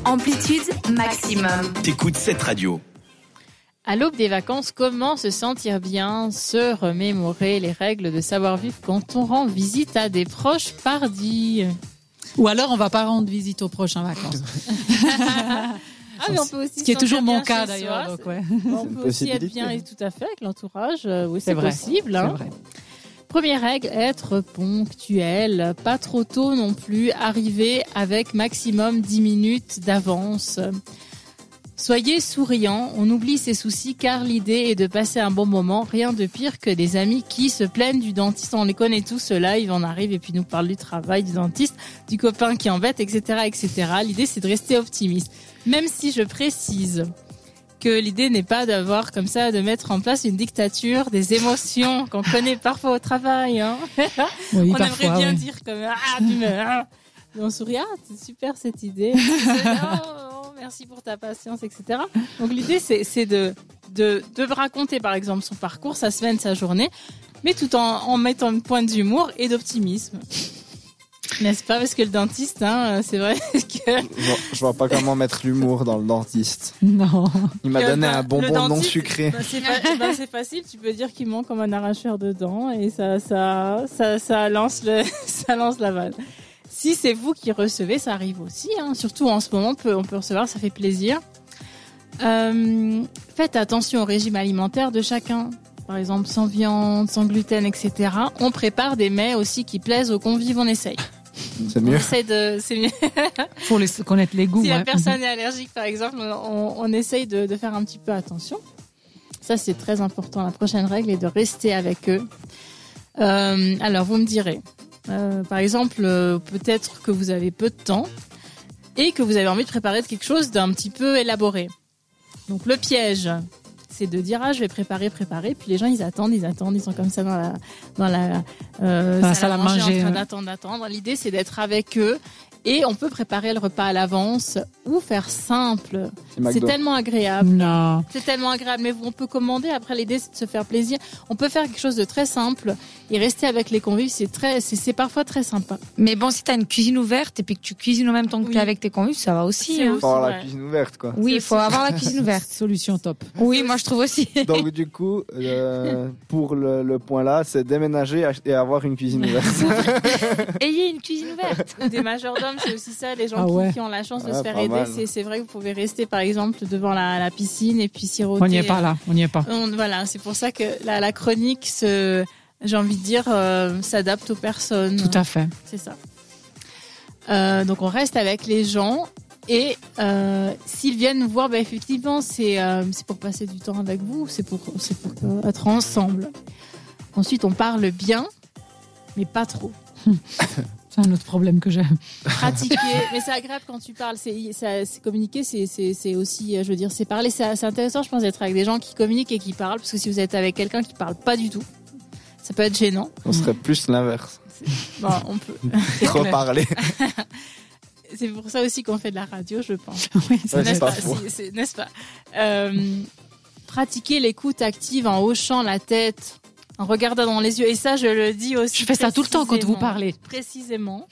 Amplitude maximum. T'écoutes cette radio. À l'aube des vacances, comment se sentir bien, se remémorer les règles de savoir-vivre quand on rend visite à des proches pardis? Ou alors on va pas rendre visite aux proches en vacances. Mais on peut aussi ce qui est toujours mon cas chez d'ailleurs. soi. Donc, ouais. On peut aussi être bien et tout à fait avec l'entourage. Oui, c'est vrai, possible. C'est vrai. Première règle, être ponctuel. Pas trop tôt non plus. Arriver avec maximum 10 minutes d'avance. Soyez souriant, on oublie ses soucis car l'idée est de passer un bon moment. Rien de pire que des amis qui se plaignent du dentiste. On les connaît tous, ceux-là, ils en arrivent et puis nous parlent du travail, du dentiste, du copain qui embête, etc., etc. L'idée, c'est de rester optimiste. Même si je précise que l'idée n'est pas d'avoir comme ça, de mettre en place une dictature des émotions qu'on connaît parfois au travail. Hein. Oui, on parfois, aimerait bien oui. dire comme et on sourit, c'est super cette idée. Merci pour ta patience, etc. Donc l'idée, c'est de raconter par exemple son parcours, sa semaine, sa journée, mais tout en mettant une pointe d'humour et d'optimisme. N'est-ce pas? Parce que le dentiste, c'est vrai que... Je vois pas comment mettre l'humour dans le dentiste. Non. Il m'a donné un bonbon dentiste, non sucré. C'est facile, tu peux dire qu'il ment comme un arracheur de dents et ça lance la balle. Si c'est vous qui recevez, ça arrive aussi. Surtout en ce moment, on peut recevoir, ça fait plaisir. Faites attention au régime alimentaire de chacun. Par exemple, sans viande, sans gluten, etc. On prépare des mets aussi qui plaisent aux convives, on essaye. C'est mieux. C'est mieux. Faut connaître les goûts. Si la ouais. personne est allergique, par exemple, on essaye de faire un petit peu attention. Ça, c'est très important. La prochaine règle est de rester avec eux. Alors, vous me direz... par exemple, peut-être que vous avez peu de temps et que vous avez envie de préparer quelque chose d'un petit peu élaboré. Donc le piège, c'est de dire je vais préparer, puis les gens ils attendent, ils sont comme ça dans la salle à manger en train d'attendre. L'idée c'est d'être avec eux. Et on peut préparer le repas à l'avance ou faire simple. C'est tellement agréable. Non. C'est tellement agréable. Mais on peut commander. Après, l'idée, c'est de se faire plaisir. On peut faire quelque chose de très simple et rester avec les convives. C'est parfois très sympa. Mais bon, si t'as une cuisine ouverte et puis que tu cuisines en même temps que t'es avec tes convives, ça va aussi. C'est Il faut avoir vrai. la cuisine ouverte, quoi. Oui, il faut avoir la cuisine ouverte. Solution top. Oui, moi je trouve aussi. Donc du coup, pour le point là, c'est déménager et avoir une cuisine ouverte. Ayez une cuisine ouverte. Des majordomes, c'est aussi ça. Les gens qui ont la chance de se faire aider, c'est vrai que vous pouvez rester par exemple devant la piscine et puis siroter. On n'y est pas là, on n'y est pas. Voilà, c'est pour ça que la chronique, j'ai envie de dire, s'adapte aux personnes. Tout à fait. C'est ça. Donc on reste avec les gens et s'ils viennent nous voir, effectivement, c'est pour passer du temps avec vous, c'est pour être ensemble. Ensuite, on parle bien, mais pas trop. C'est un autre problème que j'ai. Pratiquer, mais c'est agréable quand tu parles. C'est communiquer, c'est aussi, je veux dire, c'est parler. C'est intéressant, je pense, d'être avec des gens qui communiquent et qui parlent, parce que si vous êtes avec quelqu'un qui parle pas du tout, ça peut être gênant. On serait plus l'inverse. Bon, on peut. Trop parler. C'est pour ça aussi qu'on fait de la radio, je pense. Oui, N'est-ce pas, faux. n'est-ce pas pratiquer l'écoute active en hochant la tête, en regardant dans les yeux. Et ça, je le dis aussi. Je fais ça tout le temps quand vous parlez. Précisément,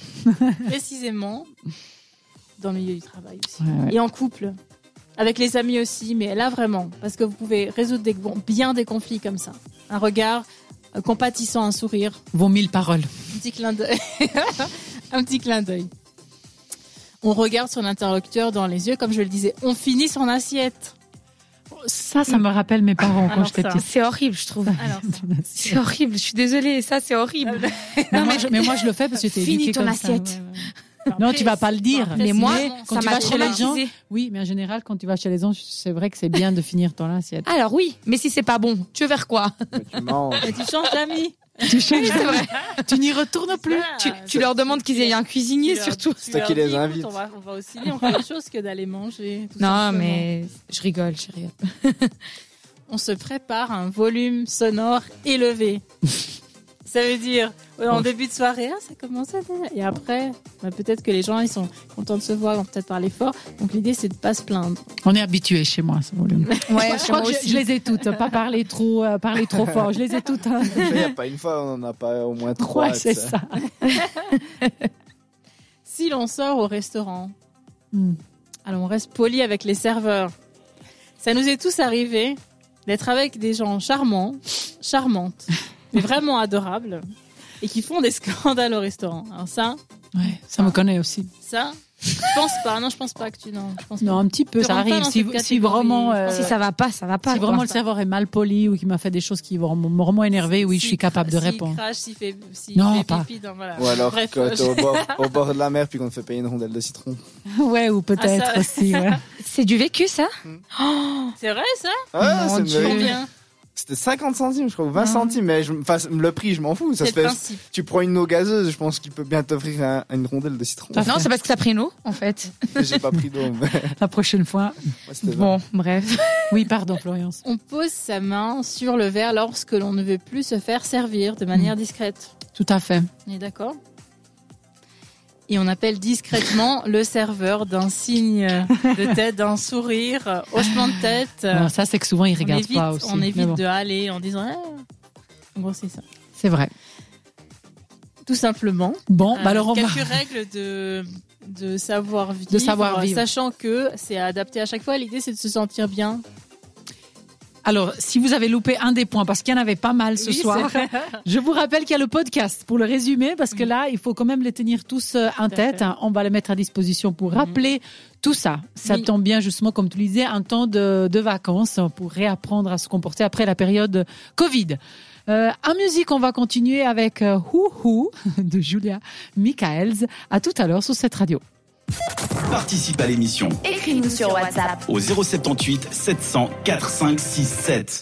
dans le milieu du travail aussi. Ouais. Et en couple, avec les amis aussi. Mais là, vraiment, parce que vous pouvez résoudre bien des conflits comme ça. Un regard compatissant, un sourire. Vos 1000 paroles. Un petit clin d'œil. Un petit clin d'œil. On regarde son interlocuteur dans les yeux, comme je le disais. On finit son assiette. Ça me rappelle mes parents quand Alors j'étais ça. petite. C'est horrible, je trouve. Alors, C'est horrible, je suis désolée, ça c'est horrible. Mais moi je le fais parce que t'es Finis éduquée ton comme assiette. ça. Ouais. Non, tu vas pas le dire. Mais moi, quand ça tu m'a vas chez les gens, traumatisée. oui, mais en général, quand tu vas chez les gens, c'est vrai que c'est bien de finir ton assiette. Alors oui, mais si c'est pas bon, tu veux faire quoi? Mais tu manges. et tu changes d'amis. Tu changes, tu n'y retournes plus. Voilà. Tu leur demandes qu'ils aient un cuisinier Tu leur- surtout. tu C'est leur qui les dis, invite. écoute, on va aussi, on fait autre chose que d'aller manger. tout Non, simplement. mais je rigole. On se prépare un volume sonore élevé. Ça veut dire, en début de soirée, ça commence à... Et après, peut-être que les gens, ils sont contents de se voir, ils vont peut-être parler fort. Donc l'idée, c'est de pas se plaindre. On est habitués chez moi à ce volume. Ouais, Je crois que je les ai toutes. Pas parler trop fort. Je les ai toutes. Hein. Il n'y a pas une fois, on n'en a pas au moins 3. Ouais, c'est ça. Si l'on sort au restaurant, Alors, on reste poli avec les serveurs. Ça nous est tous arrivé d'être avec des gens charmants, charmantes, mais vraiment adorables, et qui font des scandales au restaurant. Alors ça, Ouais, ça me connaît aussi. ça, je pense pas. Non, je pense pas que tu... Non, je pense Non, pas. un petit peu, Tu ça rentres pas arrive. dans Si, cette si catégorie, vraiment, je pense Si ça va pas, ça va pas. si quoi. vraiment le serveur est mal poli ou qu'il m'a fait des choses qui vont me vraiment énerver, oui, je suis capable de répondre. S'il crache, s'il Non, fait pas. pipi, voilà. Ou alors Bref, quand t'es au bord de la mer puis qu'on te fait payer une rondelle de citron. Ouais, ou peut-être Ah, ça- aussi. Ouais. C'est du vécu, ça? c'est vrai, ça? Ah, Mon c'est Dieu. vrai. Combien? C'était 50 centimes, je crois, ou 20 centimes, mais le prix, je m'en fous. Ça C'est se le fait. principe. Tu prends une eau gazeuse, je pense qu'il peut bien t'offrir une rondelle de citron. Tout à fait. Non, c'est parce que t'as pris une eau, en fait. J'ai pas pris d'eau, mais La prochaine fois. ouais, c'était Bon, bref. Oui, pardon, Florence. On pose sa main sur le verre lorsque l'on ne veut plus se faire servir de manière discrète. Tout à fait. On est d'accord? Et on appelle discrètement le serveur d'un signe de tête, d'un sourire, hochement de tête. Non, ça, c'est que souvent, ils On regardent évite, pas aussi. on Mais évite bon, de haler en disant en gros, c'est ça. C'est vrai. Tout simplement. Bon, bah alors on va. Quelques règles de savoir-vivre. De savoir-vivre. Sachant que c'est adapté à chaque fois. L'idée, c'est de se sentir bien. Alors, si vous avez loupé un des points, parce qu'il y en avait pas mal ce Oui, soir, c'est vrai. je vous rappelle qu'il y a le podcast pour le résumer, parce que là, il faut quand même les tenir tous en tête. fait. On va les mettre à disposition pour rappeler tout ça. Ça Oui. tombe bien, justement, comme tu le disais, un temps de vacances pour réapprendre à se comporter après la période Covid. En musique, on va continuer avec Who Who de Julia Michaels. À tout à l'heure sur cette radio. Participe à l'émission. Écris-nous sur WhatsApp. Au 078 700 4567.